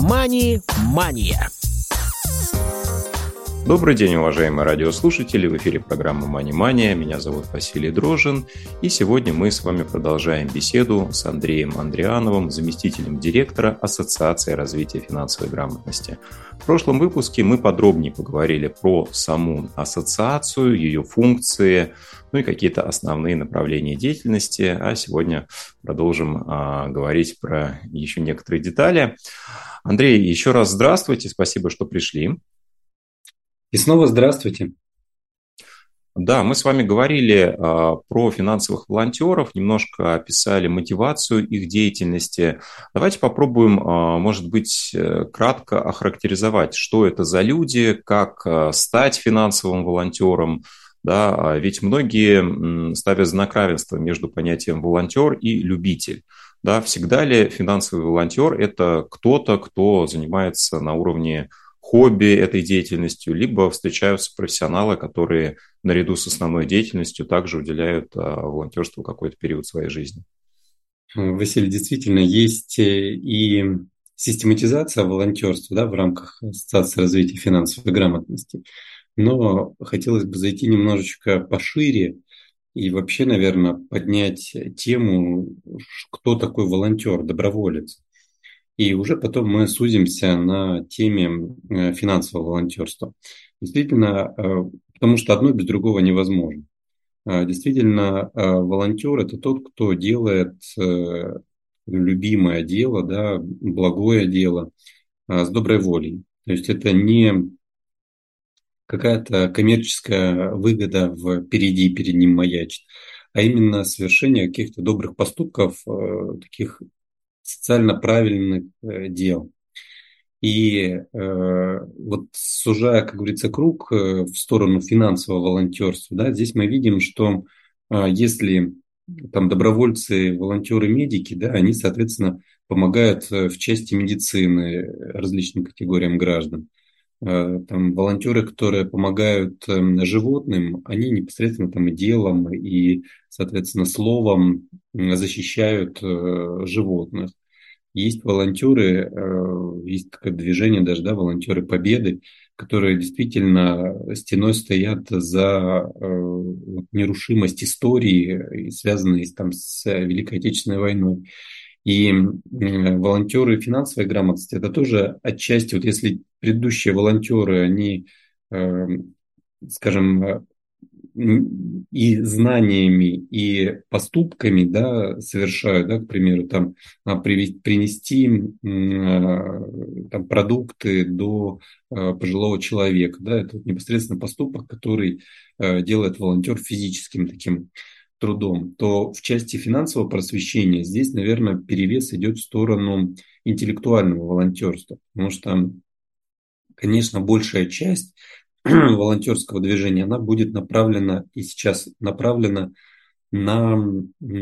«Мани-мания». Добрый день, уважаемые радиослушатели! В эфире программа «Мани-мания». Меня зовут Василий Дрожжин. И сегодня мы с вами продолжаем беседу с Андреем Андриановым, заместителем директора Ассоциации развития финансовой грамотности. В прошлом выпуске мы подробнее поговорили про саму ассоциацию, ее функции, ну и какие-то основные направления деятельности. А сегодня продолжим говорить про еще некоторые детали. Андрей, еще раз здравствуйте, спасибо, что пришли. И снова здравствуйте. Да, мы с вами говорили про финансовых волонтеров, немножко описали мотивацию их деятельности. Давайте попробуем, может быть, кратко охарактеризовать, что это за люди, как стать финансовым волонтером. Да, ведь многие ставят знак равенства между понятием волонтер и любитель. Да, всегда ли финансовый волонтер – это кто-то, кто занимается на уровне хобби этой деятельностью, либо встречаются профессионалы, которые наряду с основной деятельностью также уделяют волонтерству какой-то период своей жизни? Василий, действительно, есть и систематизация волонтерства, да, в рамках Ассоциации развития финансовой грамотности, но хотелось бы зайти немножечко пошире и вообще, наверное, поднять тему, кто такой волонтер, доброволец. И уже потом мы сузимся на теме финансового волонтерства. Действительно, потому что одно без другого невозможно. Действительно, волонтер – это тот, кто делает любимое дело, да, благое дело с доброй волей. То есть это не какая-то коммерческая выгода впереди, перед ним маячит, а именно совершение каких-то добрых поступков, таких социально правильных дел. И вот сужая, как говорится, круг в сторону финансового волонтерства, да, здесь мы видим, что если там добровольцы, волонтеры, медики, да, они, соответственно, помогают в части медицины различным категориям граждан. Там волонтеры, которые помогают животным, они непосредственно там и делом, и, соответственно, словом защищают животных. Есть волонтеры, есть такое движение даже, да, волонтеры Победы, которые действительно стеной стоят за нерушимость истории, связанной там с Великой Отечественной войной. И волонтеры финансовой грамотности – это тоже отчасти, вот если предыдущие волонтеры, они, скажем, и знаниями, и поступками, да, совершают, да, к примеру, там, принести там, продукты до пожилого человека, да, это непосредственно поступок, который делает волонтер физическим таким трудом, то в части финансового просвещения здесь, наверное, перевес идет в сторону интеллектуального волонтерства, потому что, конечно, большая часть волонтерского движения, она будет направлена и сейчас направлена на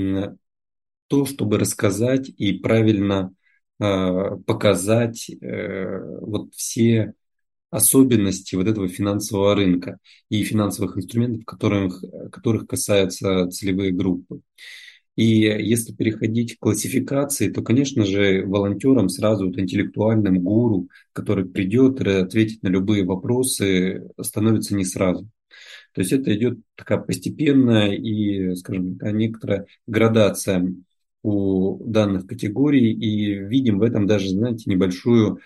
то, чтобы рассказать и правильно показать вот все особенности вот этого финансового рынка и финансовых инструментов, которых касаются целевые группы. И если переходить к классификации, то, конечно же, волонтером сразу вот интеллектуальным гуру, который придет и ответит на любые вопросы, становится не сразу. То есть это идет такая постепенная и, скажем так, некоторая градация у данных категорий, и видим в этом даже, знаете, небольшую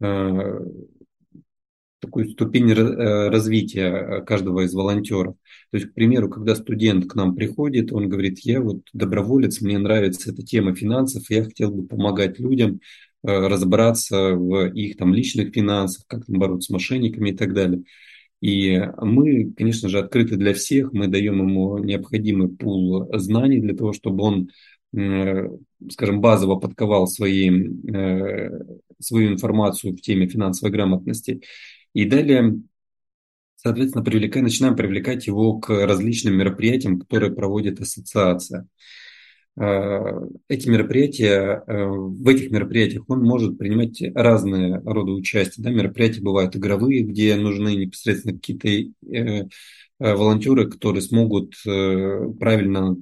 такую ступень развития каждого из волонтеров. То есть, к примеру, когда студент к нам приходит, он говорит: я вот доброволец, мне нравится эта тема финансов, я хотел бы помогать людям разобраться в их там личных финансах, как там бороться с мошенниками и так далее. И мы, конечно же, открыты для всех, мы даем ему необходимый пул знаний для того, чтобы он, скажем, базово подковал свою информацию в теме финансовой грамотности. И далее, соответственно, начинаем привлекать его к различным мероприятиям, которые проводит ассоциация. В этих мероприятиях он может принимать разные роды участия. Да? Мероприятия бывают игровые, где нужны непосредственно какие-то волонтеры, которые смогут правильно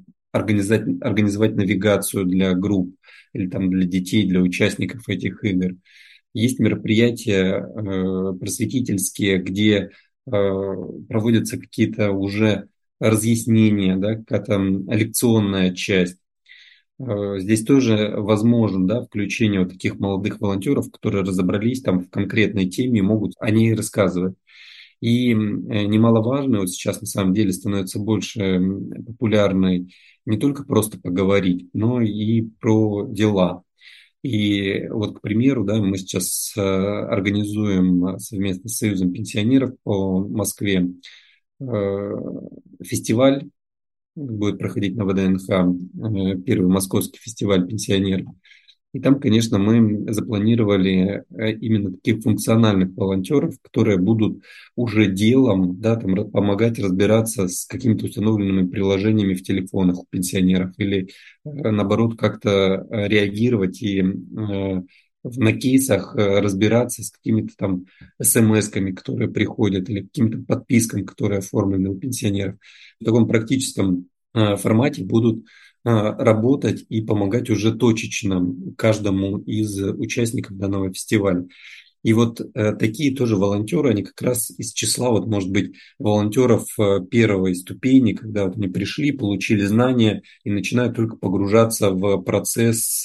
организовать навигацию для групп или там для детей, для участников этих игр. есть мероприятия просветительские, где проводятся какие-то уже разъяснения, да, какая-то лекционная часть. Здесь тоже возможно, да, включение вот таких молодых волонтеров, которые разобрались там в конкретной теме и могут о ней рассказывать. И немаловажно, вот сейчас на самом деле становится больше популярной не только просто поговорить, но и про дела. И вот, к примеру, да, мы сейчас организуем совместно с Союзом пенсионеров по Москве э, фестиваль, будет проходить на ВДНХ, первый московский фестиваль пенсионеров. И там, конечно, мы запланировали именно таких функциональных волонтеров, которые будут уже делом, да, там, помогать разбираться с какими-то установленными приложениями в телефонах у пенсионеров или, наоборот, как-то реагировать и на кейсах разбираться с какими-то там смс-ками, которые приходят, или какими-то подписками, которые оформлены у пенсионеров. В таком практическом формате будут работать и помогать уже точечно каждому из участников данного фестиваля. И вот такие тоже волонтеры, они как раз из числа, вот, может быть, волонтеров первой ступени, когда вот они пришли, получили знания и начинают только погружаться в процесс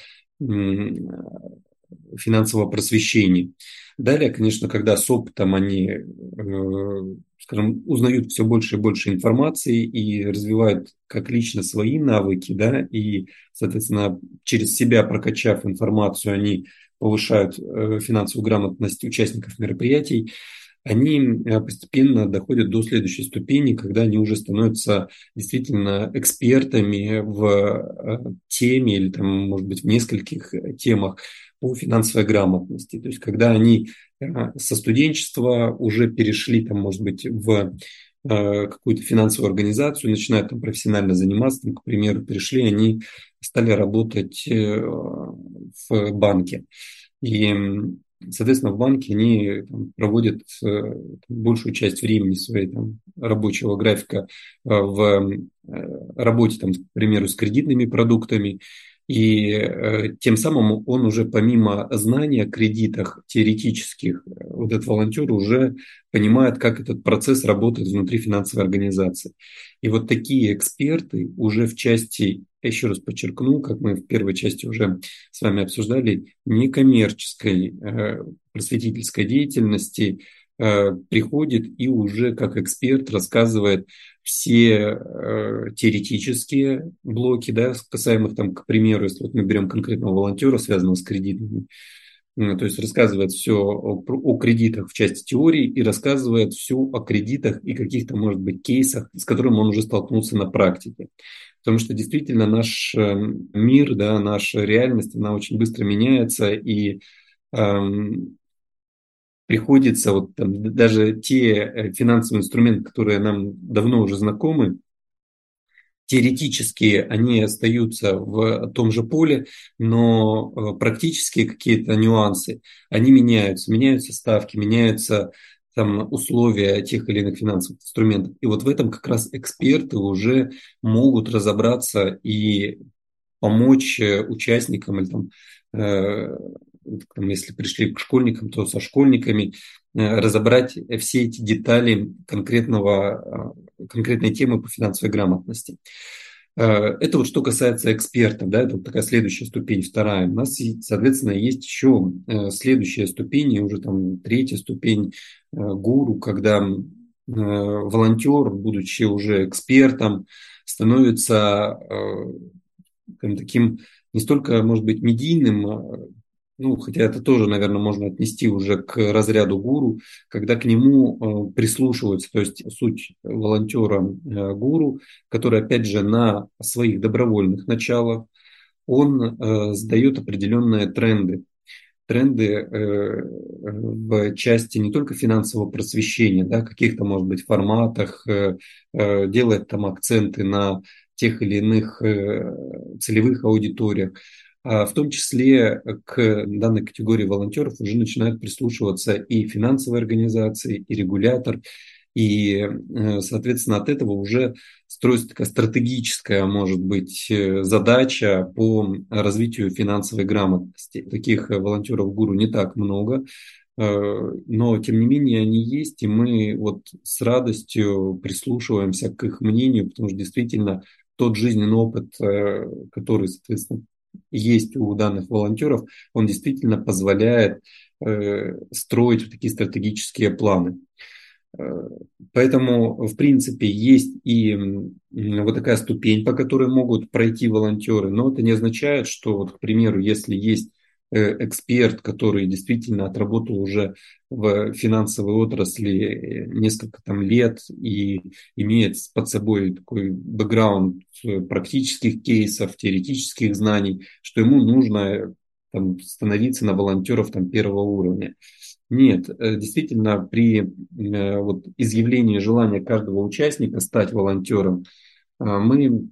финансового просвещения. Далее, конечно, когда с опытом они, скажем, узнают все больше и больше информации и развивают как лично свои навыки, да, и, соответственно, через себя прокачав информацию, они повышают финансовую грамотность участников мероприятий, они постепенно доходят до следующей ступени, когда они уже становятся действительно экспертами в теме или, там, может быть, в нескольких темах по финансовой грамотности. То есть, когда они со студенчества уже перешли, там, может быть, в какую-то финансовую организацию, начинают там профессионально заниматься, там, к примеру, перешли, они стали работать в банке. И, соответственно, в банке они там проводят большую часть времени своей там, рабочего графика в работе, там, к примеру, с кредитными продуктами. И тем самым он уже помимо знания о кредитах теоретических, вот этот волонтер уже понимает, как этот процесс работает внутри финансовой организации. И вот такие эксперты уже в части, я еще раз подчеркну, как мы в первой части уже с вами обсуждали, некоммерческой просветительской деятельности приходит и уже как эксперт рассказывает все теоретические блоки, да, касаемых там, к примеру, если вот мы берем конкретного волонтера, связанного с кредитами, то есть рассказывает все о кредитах в части теории и рассказывает все о кредитах и каких-то, может быть, кейсах, с которыми он уже столкнулся на практике. Потому что действительно наш мир, да, наша реальность, она очень быстро меняется, и приходится вот там, даже те финансовые инструменты, которые нам давно уже знакомы, теоретически они остаются в том же поле, но практически какие-то нюансы, они меняются, меняются ставки, меняются там условия тех или иных финансовых инструментов. И вот в этом как раз эксперты уже могут разобраться и помочь участникам или там, если пришли к школьникам, то со школьниками разобрать все эти детали конкретной темы по финансовой грамотности. Это вот что касается экспертов, да, это вот такая следующая ступень, вторая. У нас, соответственно, есть еще следующая ступень, и уже там третья ступень гуру, когда волонтер, будучи уже экспертом, становится таким не столько, может быть, медийным, ну, хотя это тоже, наверное, можно отнести уже к разряду гуру, когда к нему прислушиваются, то есть суть волонтера гуру, который, опять же, на своих добровольных началах, он задает определенные тренды. Тренды в части не только финансового просвещения, да, каких-то, может быть, форматах, делает там акценты на тех или иных целевых аудиториях. А в том числе к данной категории волонтеров уже начинают прислушиваться и финансовые организации, и регулятор. И, соответственно, от этого уже строится такая стратегическая, может быть, задача по развитию финансовой грамотности. Таких волонтеров гуру не так много, но, тем не менее, они есть, и мы вот с радостью прислушиваемся к их мнению, потому что действительно тот жизненный опыт, который, соответственно, есть у данных волонтеров, он действительно позволяет строить вот такие стратегические планы. Э, Поэтому, в принципе, есть и вот такая ступень, по которой могут пройти волонтеры, но это не означает, что, вот, к примеру, если есть эксперт, который действительно отработал уже в финансовой отрасли несколько там лет и имеет под собой такой бэкграунд практических кейсов, теоретических знаний, что ему нужно там, становиться на волонтеров там, первого уровня. Нет, действительно, при вот, изъявлении желания каждого участника стать волонтером, мы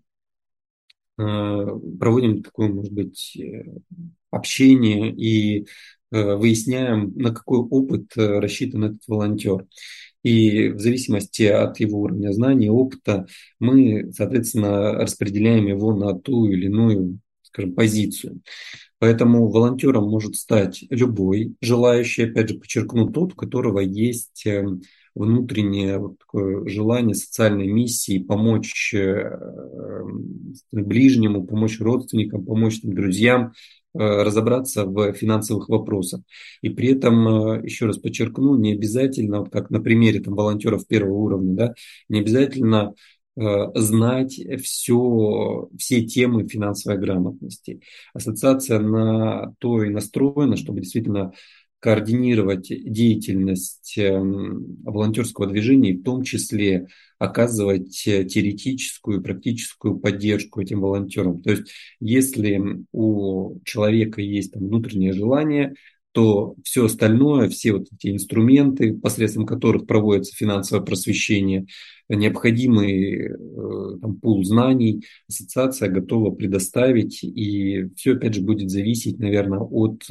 проводим такое, может быть, общение и выясняем, на какой опыт рассчитан этот волонтер. И в зависимости от его уровня знаний, опыта, мы, соответственно, распределяем его на ту или иную, скажем, позицию. Поэтому волонтером может стать любой желающий, опять же, подчеркну, тот, у которого есть внутреннее вот такое желание социальной миссии помочь ближнему, помочь родственникам, помочь там, друзьям разобраться в финансовых вопросах. И при этом, еще раз подчеркну, не обязательно, вот как на примере там, волонтеров первого уровня, да, не обязательно знать все темы финансовой грамотности. Ассоциация на то и настроена, чтобы действительно координировать деятельность волонтерского движения, и в том числе оказывать теоретическую и практическую поддержку этим волонтерам. То есть, если у человека есть там, внутреннее желание, то все остальное, все вот эти инструменты, посредством которых проводится финансовое просвещение, необходимый там, пул знаний, ассоциация готова предоставить, и все, опять же, будет зависеть, наверное, от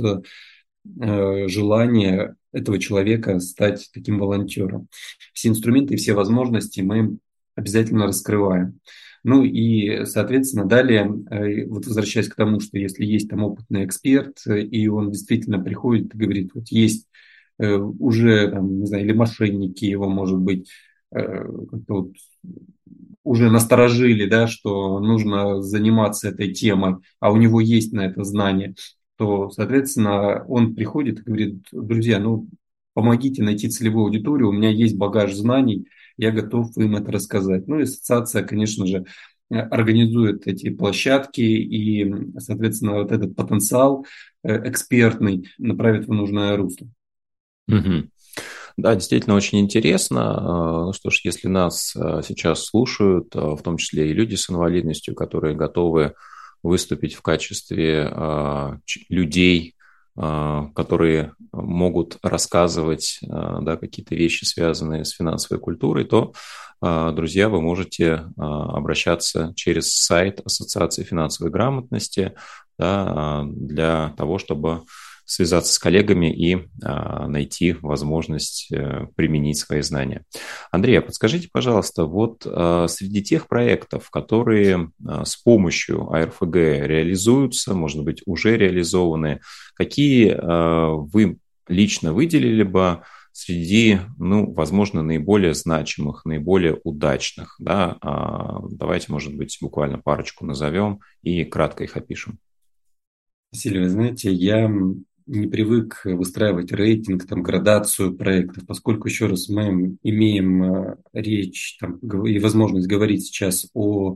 желания этого человека стать таким волонтером. Все инструменты и все возможности мы обязательно раскрываем. Ну и, соответственно, далее, вот возвращаясь к тому, что если есть там опытный эксперт, и он действительно приходит и говорит, вот есть уже, там, не знаю, или мошенники его, может быть, как-то вот уже насторожили, да, что нужно заниматься этой темой, а у него есть на это знание, то, соответственно, он приходит и говорит, друзья, ну, помогите найти целевую аудиторию, у меня есть багаж знаний, я готов им это рассказать. Ну и ассоциация, конечно же, организует эти площадки и, соответственно, вот этот потенциал экспертный направит в нужное русло. Мгм. Да, действительно очень интересно. Ну что ж, если нас сейчас слушают, в том числе и люди с инвалидностью, которые готовы выступить в качестве людей, которые могут рассказывать, да, какие-то вещи, связанные с финансовой культурой, то, друзья, вы можете обращаться через сайт Ассоциации финансовой грамотности, да, для того, чтобы связаться с коллегами и найти возможность применить свои знания. Андрей, а подскажите, пожалуйста, вот среди тех проектов, которые с помощью АРФГ реализуются, может быть, уже реализованы, какие вы лично выделили бы среди, ну, возможно, наиболее значимых, наиболее удачных, да? Давайте, может быть, буквально парочку назовем и кратко их опишем. Василий, вы знаете, я не привык выстраивать рейтинг, там, градацию проектов, поскольку, еще раз, мы имеем речь там, и возможность говорить сейчас о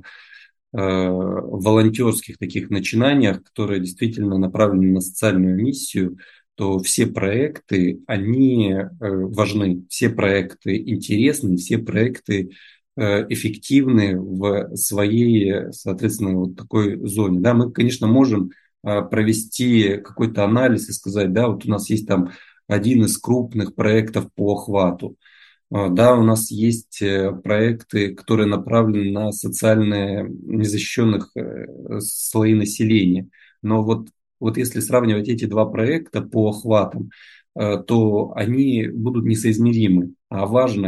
волонтерских таких начинаниях, которые действительно направлены на социальную миссию, то все проекты, они важны, все проекты интересны, все проекты эффективны в своей, соответственно, вот такой зоне. Да, мы, конечно, можем провести какой-то анализ и сказать, да, вот у нас есть там один из крупных проектов по охвату. Да, у нас есть проекты, которые направлены на социально незащищенных слои населения. Но вот если сравнивать эти два проекта по охватам, то они будут несоизмеримы. А важность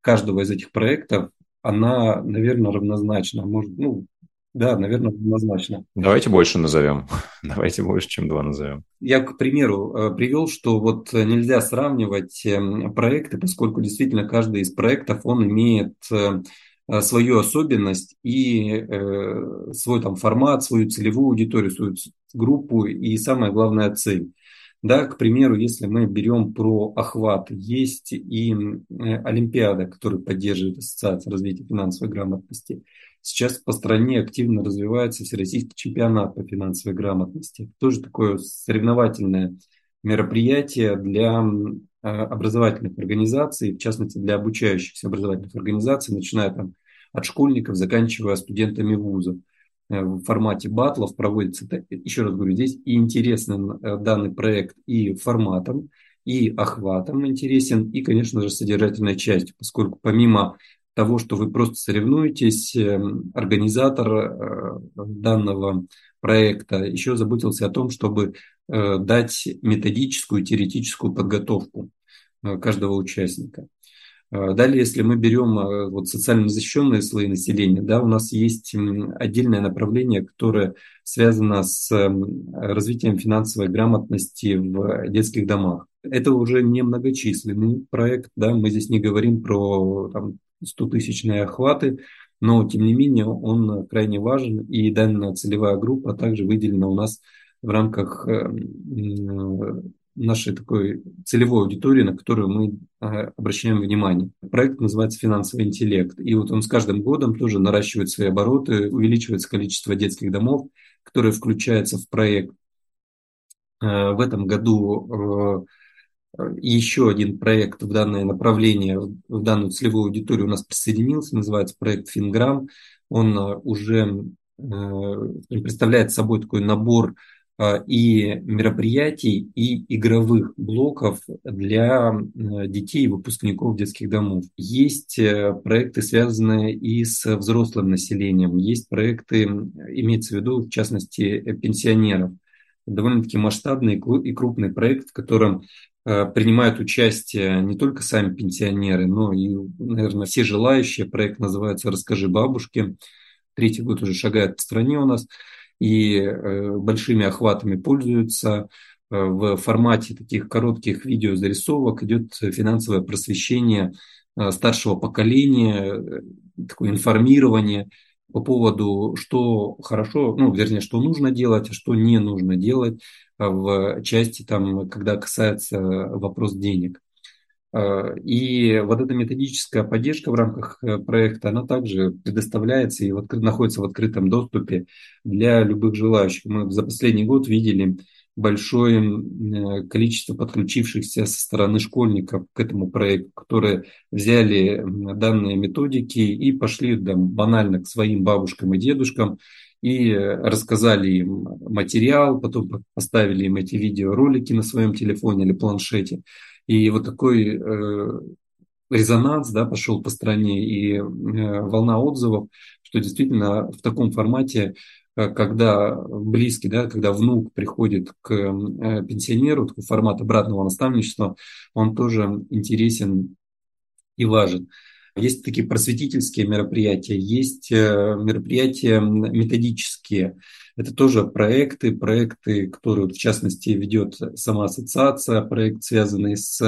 каждого из этих проектов, она, наверное, равнозначна. Может, да, наверное, равнозначна. Давайте больше назовем. Давайте больше, чем два назовем. Я, к примеру, привел, что вот нельзя сравнивать проекты, поскольку действительно каждый из проектов, он имеет свою особенность и свой там формат, свою целевую аудиторию, свою группу и, самое главное, цель. Да, к примеру, если мы берем про охват, есть и Олимпиада, которую поддерживает Ассоциация развития финансовой грамотности. Сейчас по стране активно развивается всероссийский чемпионат по финансовой грамотности. Тоже такое соревновательное мероприятие для образовательных организаций, в частности для обучающихся образовательных организаций, начиная там от школьников, заканчивая студентами вузов. В формате батлов проводится, еще раз говорю, здесь и интересен данный проект и форматом, и охватом интересен, и, конечно же, содержательной частью, поскольку помимо того, что вы просто соревнуетесь, организатор данного проекта еще заботился о том, чтобы дать методическую, теоретическую подготовку каждого участника. Далее, если мы берем вот социально защищенные слои населения, да, у нас есть отдельное направление, которое связано с развитием финансовой грамотности в детских домах. Это уже не многочисленный проект, да, мы здесь не говорим про там, 100-тысячные охваты, но тем не менее он крайне важен, и данная целевая группа также выделена у нас в рамках нашей такой целевой аудитории, на которую мы обращаем внимание. Проект называется «Финансовый интеллект». И вот он с каждым годом тоже наращивает свои обороты, увеличивается количество детских домов, которые включаются в проект. В этом году еще один проект в данное направление, в данную целевую аудиторию у нас присоединился, называется проект «Финграм». Он уже представляет собой такой набор и мероприятий, и игровых блоков для детей и выпускников детских домов. Есть проекты, связанные и с взрослым населением, есть проекты, имеется в виду, в частности, пенсионеров. Довольно-таки масштабный и крупный проект, в котором принимают участие не только сами пенсионеры, но и, наверное, все желающие. Проект называется «Расскажи бабушке». 3-й год уже шагает по стране у нас. И большими охватами пользуются. В формате таких коротких видеозарисовок идет финансовое просвещение старшего поколения, такое информирование по поводу, что хорошо, вернее, что нужно делать, а что не нужно делать в части, там, когда касается вопрос денег. И вот эта методическая поддержка в рамках проекта, она также предоставляется и находится в открытом доступе для любых желающих. Мы за последний год видели большое количество подключившихся со стороны школьников к этому проекту, которые взяли данные методики и пошли банально к своим бабушкам и дедушкам и рассказали им материал, потом поставили им эти видеоролики на своем телефоне или планшете. И вот такой резонанс, да, пошел по стране и волна отзывов, что действительно в таком формате, когда близкий, да, когда внук приходит к пенсионеру, такой формат обратного наставничества, он тоже интересен и важен. Есть такие просветительские мероприятия, есть мероприятия методические. Это тоже проекты, которые, в частности, ведет сама ассоциация, проект, связанный с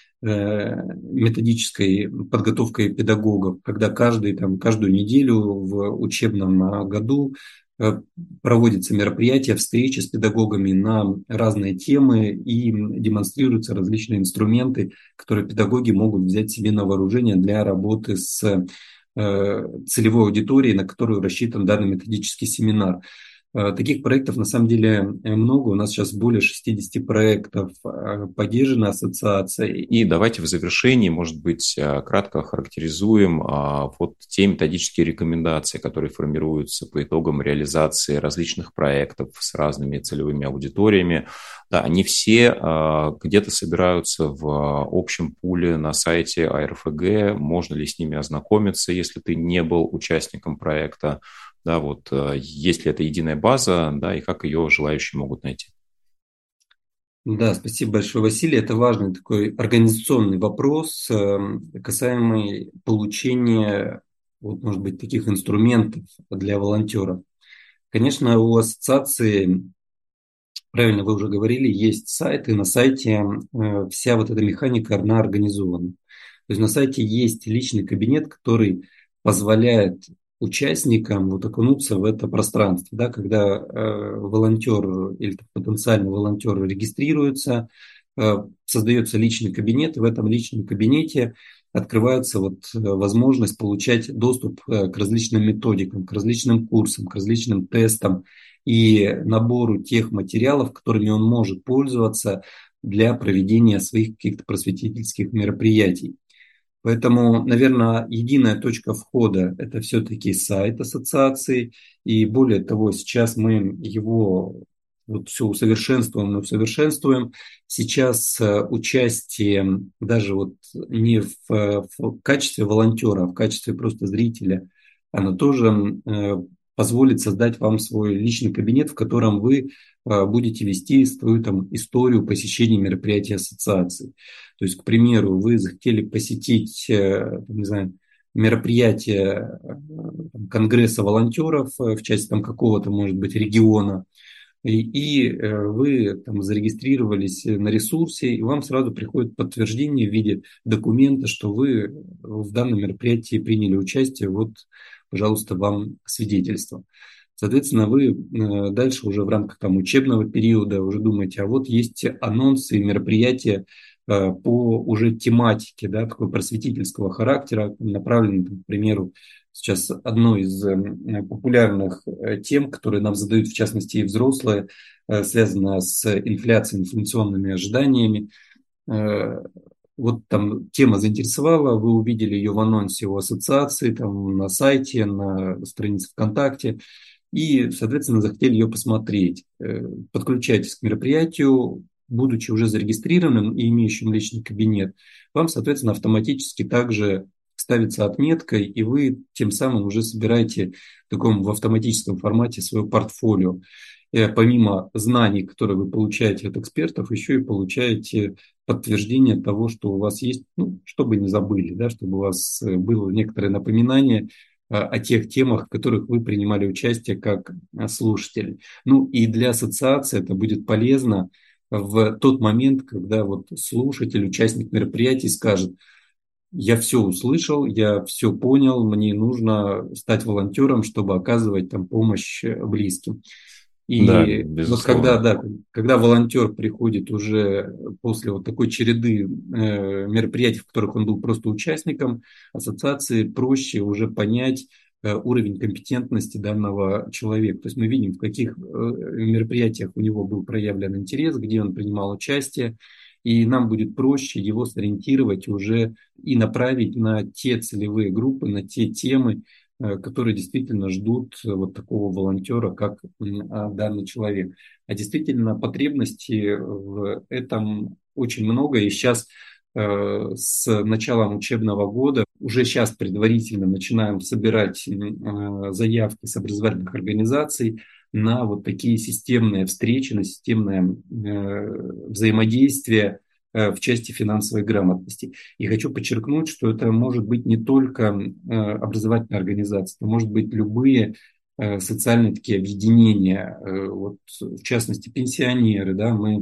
методической подготовкой педагогов, когда каждую неделю в учебном году проводятся мероприятия, встречи с педагогами на разные темы и демонстрируются различные инструменты, которые педагоги могут взять себе на вооружение для работы с целевой аудиторией, на которую рассчитан данный методический семинар. Таких проектов на самом деле много. У нас сейчас более 60 проектов поддержана ассоциацией. И давайте в завершении, может быть, кратко охарактеризуем вот те методические рекомендации, которые формируются по итогам реализации различных проектов с разными целевыми аудиториями. Да, они все где-то собираются в общем пуле на сайте АРФГ. Можно ли с ними ознакомиться, если ты не был участником проекта? Да, вот есть ли это единая база, да, и как ее желающие могут найти? Да, спасибо большое, Василий. Это важный такой организационный вопрос, касаемый получения, вот, может быть, таких инструментов для волонтеров. Конечно, у ассоциации, правильно вы уже говорили, есть сайт, и на сайте вся вот эта механика, она организована. То есть на сайте есть личный кабинет, который позволяет участникам вот окунуться в это пространство, да, когда волонтер или потенциальный волонтер регистрируется, создается личный кабинет, и в этом личном кабинете открывается вот возможность получать доступ к различным методикам, к различным курсам, к различным тестам и набору тех материалов, которыми он может пользоваться для проведения своих каких-то просветительских мероприятий. Поэтому, наверное, единая точка входа – это все-таки сайт ассоциации. И более того, сейчас мы его вот все усовершенствуем и усовершенствуем. Сейчас участие даже вот не в качестве волонтера, а в качестве просто зрителя, оно тоже позволит создать вам свой личный кабинет, в котором вы будете вести свою там историю посещения мероприятий ассоциации. То есть, к примеру, вы захотели посетить, не знаю, мероприятие Конгресса волонтеров в части там какого-то, может быть, региона, и вы там зарегистрировались на ресурсе, и вам сразу приходит подтверждение в виде документа, что вы в данном мероприятии приняли участие, вот, пожалуйста, вам свидетельство. Соответственно, вы дальше уже в рамках там, учебного периода уже думаете, а вот есть анонсы и мероприятия по уже тематике, да, такой просветительского характера, направленные, к примеру, сейчас одно из популярных тем, которые нам задают, в частности, и взрослые, связано с инфляцией, инфляционными ожиданиями. Э, Вот там тема заинтересовала, вы увидели ее в анонсе у ассоциации, там на сайте, на странице ВКонтакте, и, соответственно, захотели ее посмотреть. Подключайтесь к мероприятию, будучи уже зарегистрированным и имеющим личный кабинет, вам, соответственно, автоматически также ставится отметка, и вы тем самым уже собираете в таком в автоматическом формате свое портфолио. Помимо знаний, которые вы получаете от экспертов, еще и получаете подтверждение того, что у вас есть, ну, чтобы не забыли, да, чтобы у вас было некоторое напоминание о тех темах, в которых вы принимали участие как слушатель. Ну и для ассоциации это будет полезно в тот момент, когда вот слушатель, участник мероприятий скажет: я все услышал, я все понял, мне нужно стать волонтером, чтобы оказывать там помощь близким. Да, И вот когда, безусловно. да, когда волонтер приходит уже после вот такой череды мероприятий, в которых он был просто участником, ассоциации проще уже понять уровень компетентности данного человека. То есть мы видим, в каких мероприятиях у него был проявлен интерес, где он принимал участие, и нам будет проще его сориентировать уже и направить на те целевые группы, на те темы, которые действительно ждут вот такого волонтера, как данный человек. А действительно потребностей в этом очень много. И сейчас с началом учебного года уже сейчас предварительно начинаем собирать заявки с образовательных организаций на вот такие системные встречи, на системное взаимодействие в части финансовой грамотности. И хочу подчеркнуть, что это может быть не только образовательная организация, это может быть любые социальные такие объединения, вот, в частности, пенсионеры. Да, мы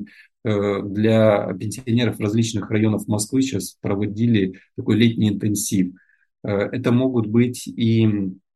для пенсионеров различных районов Москвы сейчас проводили такой летний интенсив. Это могут быть и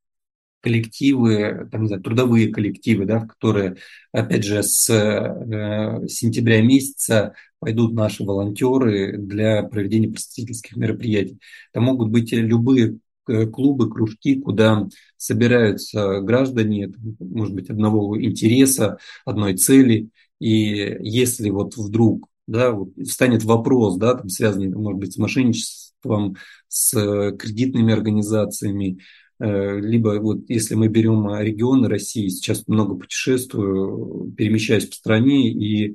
коллективы, там, не знаю, трудовые коллективы, да, в которые, опять же, с сентября месяца пойдут наши волонтеры для проведения просветительских мероприятий. Это могут быть любые клубы, кружки, куда собираются граждане, может быть, одного интереса, одной цели. И если вот вдруг, да, вот встанет вопрос, да, там, связанный, может быть, с мошенничеством, с кредитными организациями, либо вот если мы берем регионы России, сейчас много путешествую, перемещаюсь по стране и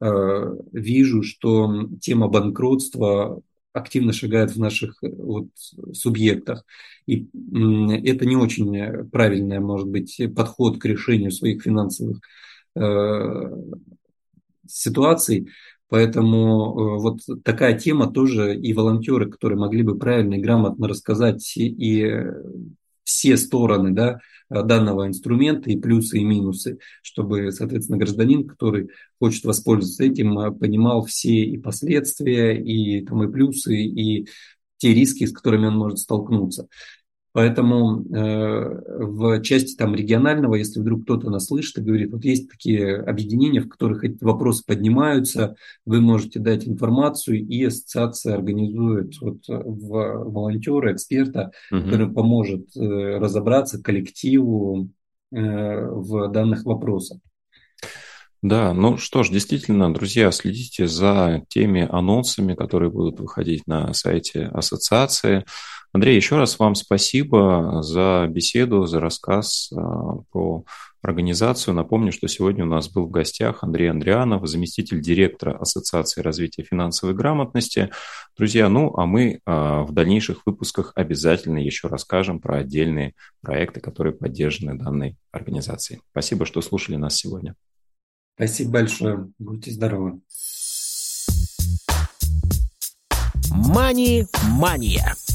вижу, что тема банкротства активно шагает в наших вот, субъектах. И это не очень правильный, может быть, подход к решению своих финансовых э, ситуаций. Поэтому вот такая тема тоже, и волонтеры, которые могли бы правильно и грамотно рассказать и все стороны, да, данного инструмента, и плюсы, и минусы, чтобы, соответственно, гражданин, который хочет воспользоваться этим, понимал все и последствия, и, там, и плюсы, и те риски, с которыми он может столкнуться. Поэтому в части там регионального, если вдруг кто-то нас слышит и говорит, вот есть такие объединения, в которых эти вопросы поднимаются, вы можете дать информацию, и ассоциация организует вот в волонтера, эксперта, Мгм. который поможет разобраться коллективу в данных вопросах. Да, ну что ж, действительно, друзья, следите за теми анонсами, которые будут выходить на сайте ассоциации. Андрей, еще раз вам спасибо за беседу, за рассказ про организацию. Напомню, что сегодня у нас был в гостях Андрей Андрианов, заместитель директора Ассоциации развития финансовой грамотности. Друзья, ну а мы в дальнейших выпусках обязательно еще расскажем про отдельные проекты, которые поддержаны данной организацией. Спасибо, что слушали нас сегодня. Спасибо большое. Будьте здоровы. Мани-мания.